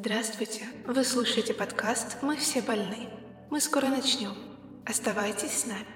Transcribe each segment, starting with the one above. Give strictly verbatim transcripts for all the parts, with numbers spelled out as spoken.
Здравствуйте! Вы слушаете подкаст «Мы все больны». Мы скоро начнем. Оставайтесь с нами.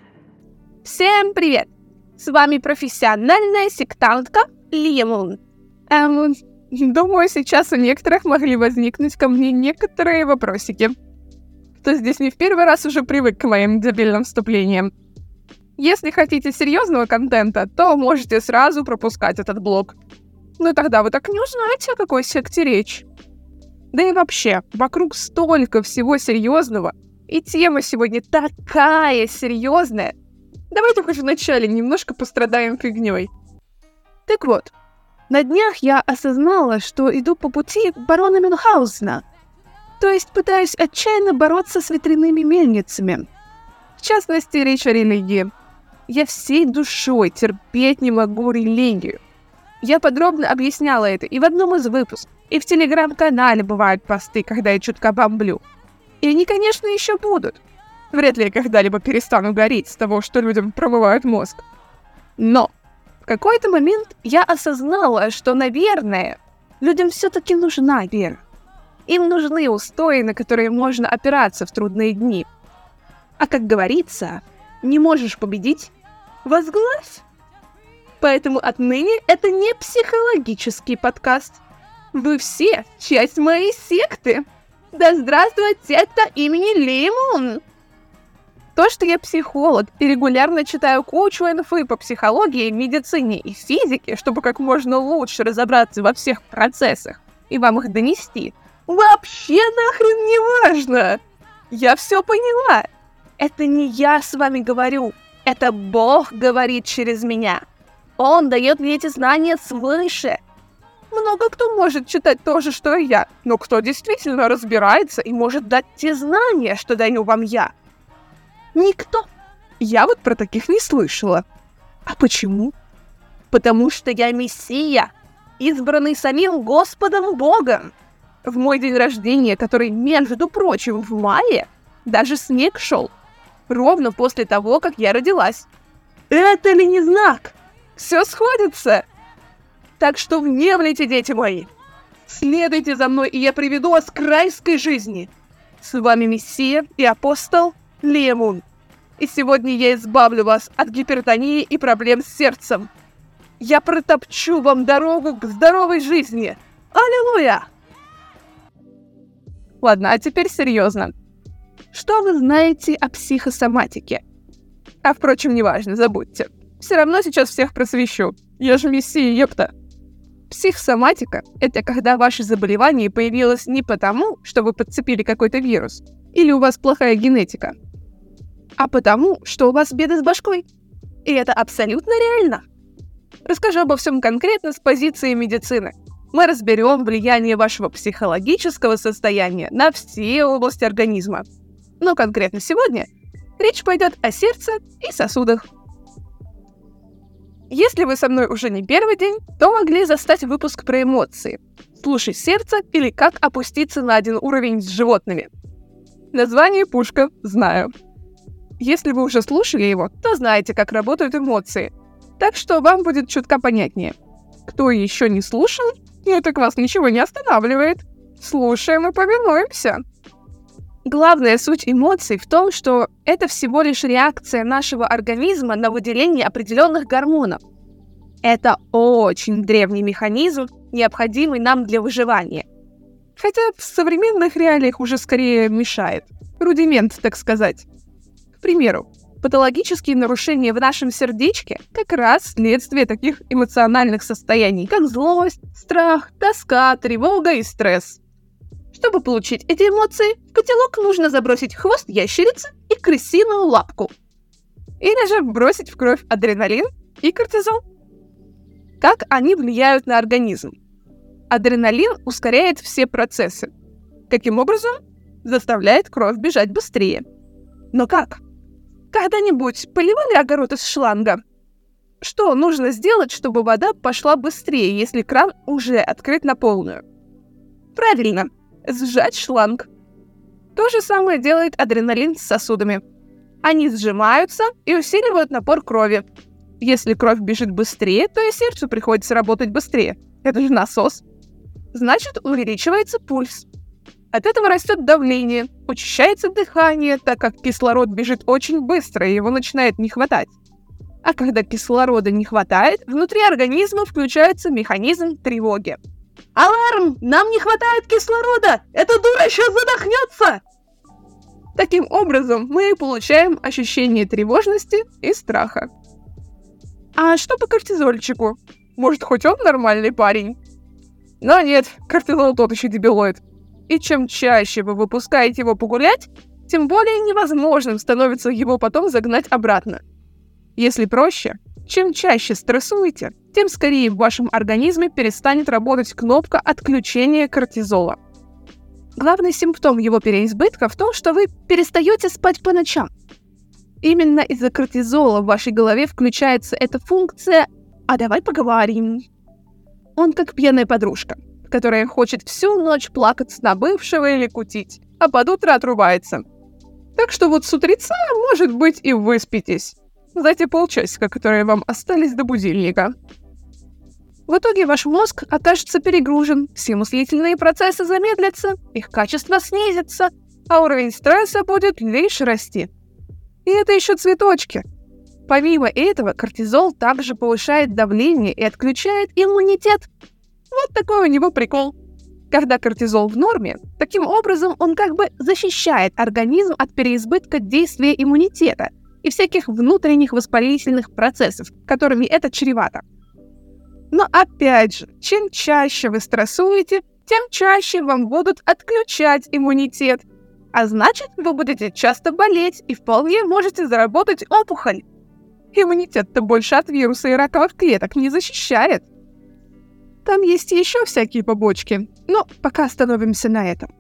Всем привет! С вами профессиональная сектантка Лия Мун. Эм, думаю, сейчас у некоторых могли возникнуть ко мне некоторые вопросики. Кто здесь не в первый раз уже привык к моим дебильным вступлениям. Если хотите серьезного контента, то можете сразу пропускать этот блок. Но тогда вы так не узнаете, о какой секте речь. Да и вообще, вокруг столько всего серьезного, и тема сегодня такая серьезная. Давайте хоть вначале немножко пострадаем фигней. Так вот, на днях я осознала, что иду по пути барона Мюнхгаузена. То есть пытаюсь отчаянно бороться с ветряными мельницами. В частности, речь о религии. Я всей душой терпеть не могу религию. Я подробно объясняла это и в одном из выпусков, и в телеграм-канале бывают посты, когда я чутка бомблю. И они, конечно, еще будут. Вряд ли я когда-либо перестану гореть с того, что людям промывают мозг. Но в какой-то момент я осознала, что, наверное, людям все-таки нужна вера. Им нужны устои, на которые можно опираться в трудные дни. А как говорится, не можешь победить — возглавь. Поэтому отныне это не психологический подкаст. Вы все часть моей секты. Да здравствует секта имени Лии Мун! То, что я психолог и регулярно читаю кучу инфы по психологии, медицине и физике, чтобы как можно лучше разобраться во всех процессах и вам их донести, вообще нахрен не важно! Я все поняла. Это не я с вами говорю. Это Бог говорит через меня. Он дает мне эти знания свыше. Много кто может читать то же, что и я, но кто действительно разбирается и может дать те знания, что даю вам я? Никто. Я вот про таких не слышала. А почему? Потому что я Мессия, избранный самим Господом Богом. В мой день рождения, который, между прочим, в мае, даже снег шел. Ровно после того, как я родилась. Это ли не знак? Все сходится. Так что внемлите, дети мои. Следуйте за мной, и я приведу вас к райской жизни. С вами Мессия и апостол Лия Мун. И сегодня я избавлю вас от гипертонии и проблем с сердцем. Я протопчу вам дорогу к здоровой жизни. Аллилуйя! Ладно, а теперь серьезно. Что вы знаете о психосоматике? А впрочем, неважно, забудьте. Все равно сейчас всех просвещу. Я же Мессия, епта. Психосоматика — это когда ваше заболевание появилось не потому, что вы подцепили какой-то вирус, или у вас плохая генетика, а потому, что у вас беды с башкой. И это абсолютно реально. Расскажу обо всем конкретно с позиции медицины. Мы разберем влияние вашего психологического состояния на все области организма. Но конкретно сегодня речь пойдет о сердце и сосудах. Если вы со мной уже не первый день, то могли застать выпуск про эмоции. «Слушай сердце» или «Как опуститься на один уровень с животными». Название пушка, знаю. Если вы уже слушали его, то знаете, как работают эмоции. Так что вам будет чутка понятнее. Кто еще не слушал, ну так вас ничего не останавливает. Слушаем и повинуемся. Главная суть эмоций в том, что это всего лишь реакция нашего организма на выделение определенных гормонов. Это очень древний механизм, необходимый нам для выживания. Хотя в современных реалиях уже скорее мешает. Рудимент, так сказать. К примеру, патологические нарушения в нашем сердечке как раз следствие таких эмоциональных состояний, как злость, страх, тоска, тревога и стресс. Чтобы получить эти эмоции, в котелок нужно забросить хвост ящерицы и крысиную лапку. Или же бросить в кровь адреналин и кортизол. Как они влияют на организм? Адреналин ускоряет все процессы. Каким образом? Заставляет кровь бежать быстрее. Но как? Когда-нибудь поливали огород из шланга? Что нужно сделать, чтобы вода пошла быстрее, если кран уже открыт на полную? Правильно. Сжать шланг. То же самое делает адреналин с сосудами. Они сжимаются и усиливают напор крови. Если кровь бежит быстрее, то и сердцу приходится работать быстрее. Это же насос. Значит, увеличивается пульс. От этого растет давление, учащается дыхание, так как кислород бежит очень быстро, и его начинает не хватать. А когда кислорода не хватает, внутри организма включается механизм тревоги. «Аларм! Нам не хватает кислорода! Эта дура сейчас задохнется!» Таким образом, мы получаем ощущение тревожности и страха. А что по кортизольчику? Может, хоть он нормальный парень? Но нет, кортизол тот еще дебилоид. И чем чаще вы выпускаете его погулять, тем более невозможным становится его потом загнать обратно. Если проще, чем чаще стрессуете, тем скорее в вашем организме перестанет работать кнопка отключения кортизола. Главный симптом его переизбытка в том, что вы перестаете спать по ночам. Именно из-за кортизола в вашей голове включается эта функция «а давай поговорим». Он как пьяная подружка, которая хочет всю ночь плакаться на бывшего или кутить, а под утро отрубается. Так что вот с утреца, может быть, и выспитесь за те полчасика, которые вам остались до будильника. В итоге ваш мозг окажется перегружен, все мыслительные процессы замедлятся, их качество снизится, а уровень стресса будет лишь расти. И это еще цветочки. Помимо этого, кортизол также повышает давление и отключает иммунитет. Вот такой у него прикол. Когда кортизол в норме, таким образом он как бы защищает организм от переизбытка действия иммунитета и всяких внутренних воспалительных процессов, которыми это чревато. Но опять же, чем чаще вы стрессуете, тем чаще вам будут отключать иммунитет. А значит, вы будете часто болеть и вполне можете заработать опухоль. Иммунитет-то больше от вируса и раковых клеток не защищает. Там есть еще всякие побочки, но пока остановимся на этом.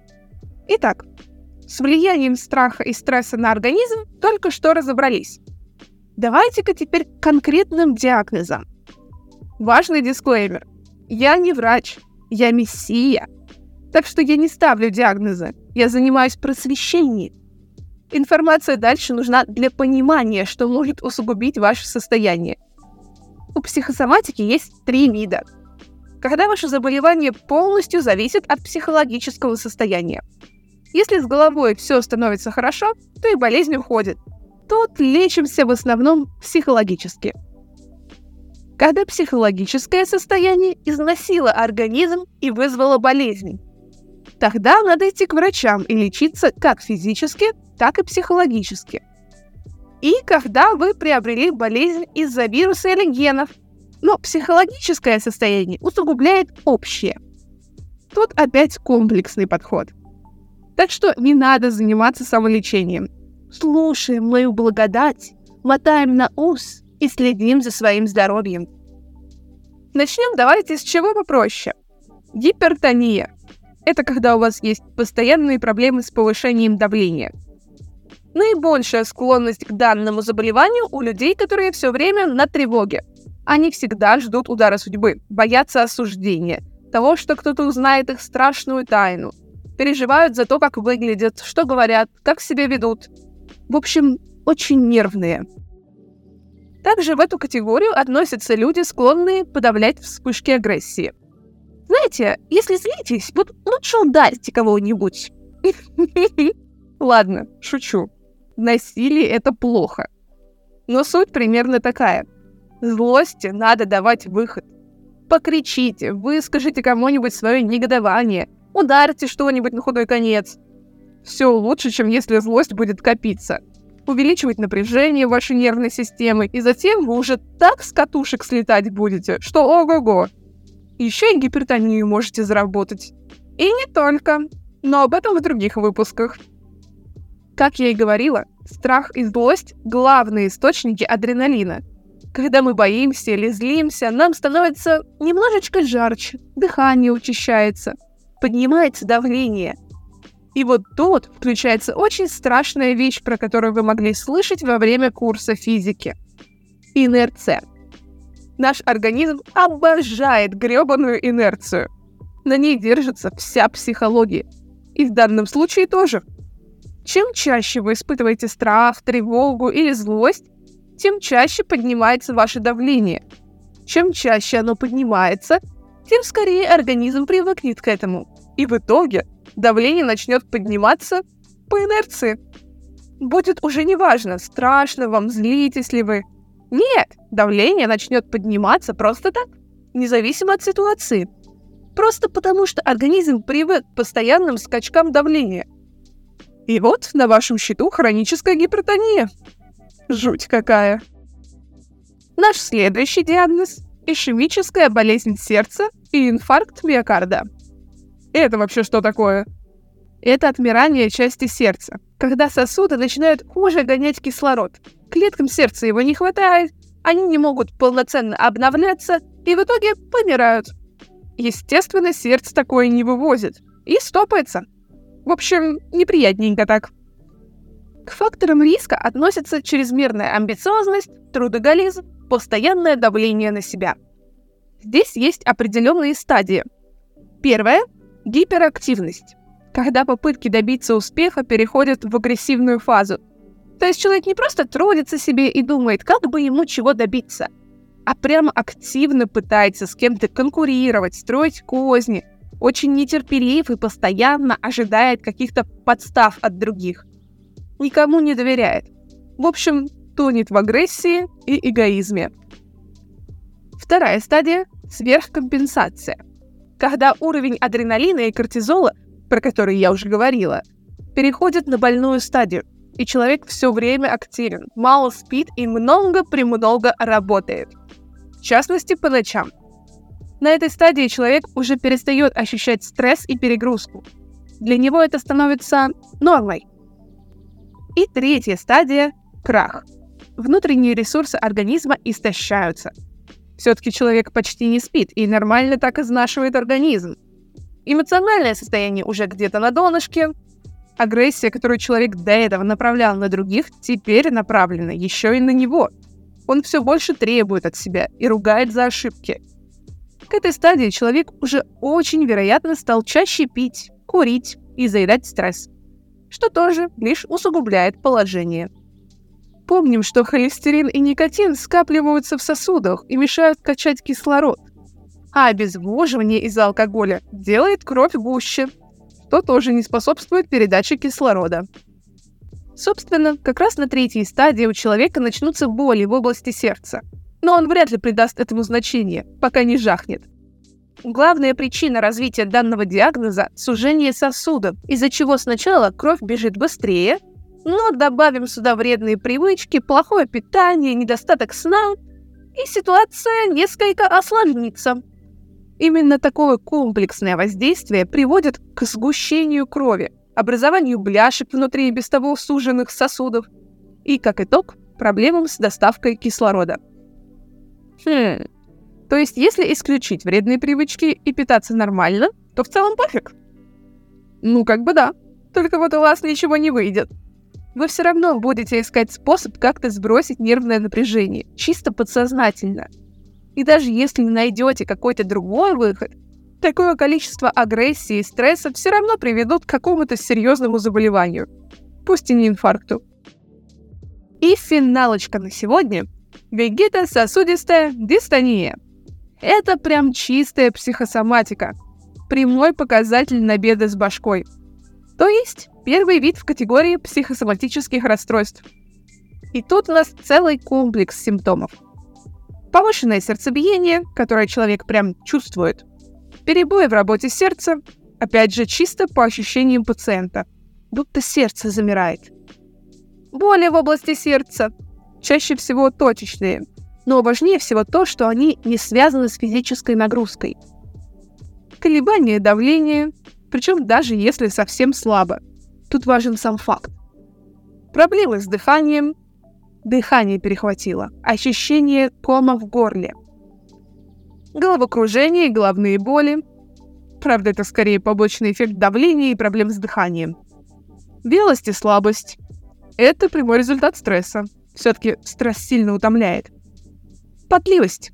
Итак, с влиянием страха и стресса на организм только что разобрались. Давайте-ка теперь к конкретным диагнозам. Важный дисклеймер. Я не врач, я мессия. Так что я не ставлю диагнозы, я занимаюсь просвещением. Информация дальше нужна для понимания, что может усугубить ваше состояние. У психосоматики есть три вида. Когда ваше заболевание полностью зависит от психологического состояния. Если с головой все становится хорошо, то и болезнь уходит. Тут лечимся в основном психологически. Когда психологическое состояние износило организм и вызвало болезнь, тогда надо идти к врачам и лечиться как физически, так и психологически. И когда вы приобрели болезнь из-за вируса или генов, но психологическое состояние усугубляет общее. Тут опять комплексный подход. Так что не надо заниматься самолечением. Слушаем мою благодать, мотаем на ус и следим за своим здоровьем. Начнем давайте с чего попроще. Гипертония. Это когда у вас есть постоянные проблемы с повышением давления. Наибольшая склонность к данному заболеванию у людей, которые все время на тревоге. Они всегда ждут удара судьбы, боятся осуждения, того, что кто-то узнает их страшную тайну. Переживают за то, как выглядят, что говорят, как себя ведут. В общем, очень нервные. Также в эту категорию относятся люди, склонные подавлять вспышки агрессии. Знаете, если злитесь, вот лучше ударьте кого-нибудь. Ладно, шучу. Насилие — это плохо. Но суть примерно такая. Злости надо давать выход. Покричите, выскажите кому-нибудь свое негодование, ударьте что-нибудь на худой конец. Все лучше, чем если злость будет копиться. Увеличивать напряжение вашей нервной системы, и затем вы уже так с катушек слетать будете, что ого-го. Еще и гипертонию можете заработать. И не только, но об этом в других выпусках. Как я и говорила, страх и злость – главные источники адреналина. Когда мы боимся или злимся, нам становится немножечко жарче, дыхание учащается, поднимается давление. И вот тут включается очень страшная вещь, про которую вы могли слышать во время курса физики. Инерция. Наш организм обожает грёбаную инерцию. На ней держится вся психология. И в данном случае тоже. Чем чаще вы испытываете страх, тревогу или злость, тем чаще поднимается ваше давление. Чем чаще оно поднимается, тем скорее организм привыкнет к этому. И в итоге давление начнет подниматься по инерции. Будет уже неважно, страшно вам, злитесь ли вы. Нет, давление начнет подниматься просто так, независимо от ситуации. Просто потому, что организм привык к постоянным скачкам давления. И вот на вашем счету хроническая гипертония. Жуть какая. Наш следующий диагноз – ишемическая болезнь сердца и инфаркт миокарда. Это вообще что такое? Это отмирание части сердца, когда сосуды начинают хуже гонять кислород. Клеткам сердца его не хватает, они не могут полноценно обновляться и в итоге помирают. Естественно, сердце такое не вывозит и стопается. В общем, неприятненько так. К факторам риска относятся чрезмерная амбициозность, трудоголизм, постоянное давление на себя. Здесь есть определенные стадии. Первая – гиперактивность, когда попытки добиться успеха переходят в агрессивную фазу. То есть человек не просто трудится себе и думает, как бы ему чего добиться, а прямо активно пытается с кем-то конкурировать, строить козни, очень нетерпелив и постоянно ожидает каких-то подстав от других. Никому не доверяет. В общем, тонет в агрессии и эгоизме. Вторая стадия – сверхкомпенсация, когда уровень адреналина и кортизола, про который я уже говорила, переходит на больную стадию, и человек все время активен, мало спит и много-премного работает. В частности, по ночам. На этой стадии человек уже перестает ощущать стресс и перегрузку. Для него это становится нормой. И третья стадия – крах. Внутренние ресурсы организма истощаются. Все-таки человек почти не спит и нормально так изнашивает организм. Эмоциональное состояние уже где-то на донышке. Агрессия, которую человек до этого направлял на других, теперь направлена еще и на него. Он все больше требует от себя и ругает за ошибки. К этой стадии человек уже очень вероятно стал чаще пить, курить и заедать стресс, что тоже лишь усугубляет положение. Помним, что холестерин и никотин скапливаются в сосудах и мешают качать кислород, а обезвоживание из-за алкоголя делает кровь гуще, что тоже не способствует передаче кислорода. Собственно, как раз на третьей стадии у человека начнутся боли в области сердца, но он вряд ли придаст этому значение, пока не жахнет. Главная причина развития данного диагноза – сужение сосудов, из-за чего сначала кровь бежит быстрее, но добавим сюда вредные привычки, плохое питание, недостаток сна, и ситуация несколько осложнится. Именно такое комплексное воздействие приводит к сгущению крови, образованию бляшек внутри и без того суженных сосудов и, как итог, проблемам с доставкой кислорода. Хм, то есть если исключить вредные привычки и питаться нормально, то в целом пофиг? Ну, как бы да, только вот у вас ничего не выйдет. Вы все равно будете искать способ как-то сбросить нервное напряжение, чисто подсознательно. И даже если не найдете какой-то другой выход, такое количество агрессии и стресса все равно приведут к какому-то серьезному заболеванию, пусть и не инфаркту. И финалочка на сегодня – вегетососудистая дистония. Это прям чистая психосоматика, прямой показатель на беды с башкой. То есть первый вид в категории психосоматических расстройств. И тут у нас целый комплекс симптомов. Повышенное сердцебиение, которое человек прям чувствует. Перебои в работе сердца, опять же чисто по ощущениям пациента, будто сердце замирает. Боли в области сердца, чаще всего точечные, но важнее всего то, что они не связаны с физической нагрузкой. Колебания давления, причем даже если совсем слабо. Тут важен сам факт. Проблемы с дыханием, дыхание перехватило, ощущение кома в горле. Головокружение и головные боли. Правда, это скорее побочный эффект давления и проблем с дыханием. Вялость и слабость. Это прямой результат стресса. Все-таки стресс сильно утомляет. Потливость.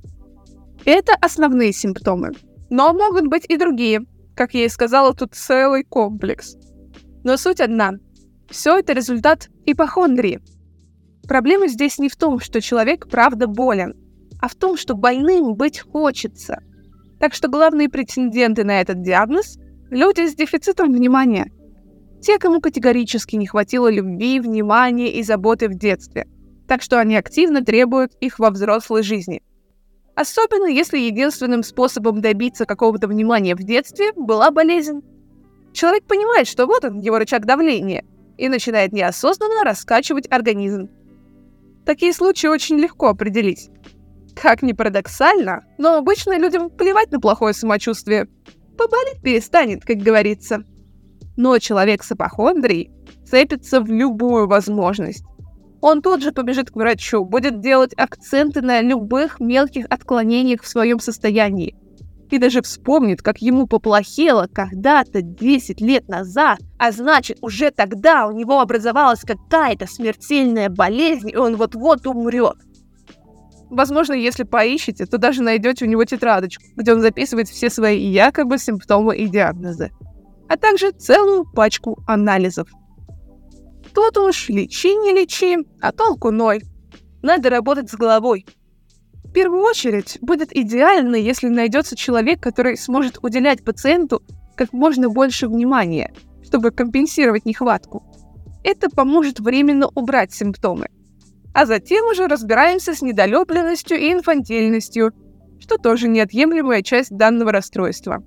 Это основные симптомы. Но могут быть и другие. Как я и сказала, тут целый комплекс. Но суть одна. Все это результат ипохондрии. Проблема здесь не в том, что человек правда болен, а в том, что больным быть хочется. Так что главные претенденты на этот диагноз Люди с дефицитом внимания. Те, кому категорически не хватило любви, внимания и заботы в детстве, так что они активно требуют их во взрослой жизни. Особенно если единственным способом добиться какого-то внимания в детстве была болезнь. Человек понимает, что вот он, его рычаг давления, и начинает неосознанно раскачивать организм. Такие случаи очень легко определить. Как ни парадоксально, но обычно людям плевать на плохое самочувствие. Поболеть перестанет, как говорится. Но человек с апохондрией цепится в любую возможность. Он тут же побежит к врачу, будет делать акценты на любых мелких отклонениях в своем состоянии. И даже вспомнит, как ему поплохело когда-то десять лет назад, а значит, уже тогда у него образовалась какая-то смертельная болезнь, и он вот-вот умрет. Возможно, если поищете, то даже найдете у него тетрадочку, где он записывает все свои якобы симптомы и диагнозы, а также целую пачку анализов. Тут уж лечи не лечи, а толку ноль. Надо работать с головой. В первую очередь, будет идеально, если найдется человек, который сможет уделять пациенту как можно больше внимания, чтобы компенсировать нехватку. Это поможет временно убрать симптомы. А затем уже разбираемся с недолюбленностью и инфантильностью, что тоже неотъемлемая часть данного расстройства.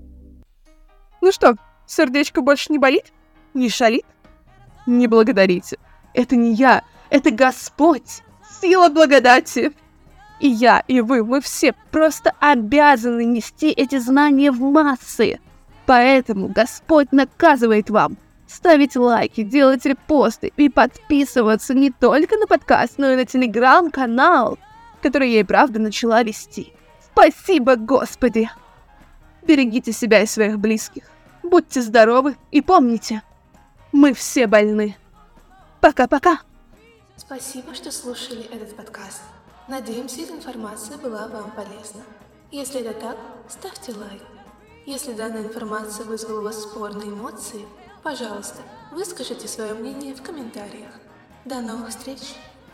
Ну что, сердечко больше не болит? Не шалит? Не благодарите. Это не я, это Господь, сила благодати. И я, и вы, мы все просто обязаны нести эти знания в массы. Поэтому Господь наказывает вам ставить лайки, делать репосты и подписываться не только на подкаст, но и на телеграм-канал, который я и правда начала вести. Спасибо, Господи! Берегите себя и своих близких. Будьте здоровы и помните, мы все больны. Пока-пока. Спасибо, что слушали этот подкаст. Надеемся, эта информация была вам полезна. Если это так, ставьте лайк. Если данная информация вызвала у вас спорные эмоции, пожалуйста, выскажите свое мнение в комментариях. До новых встреч!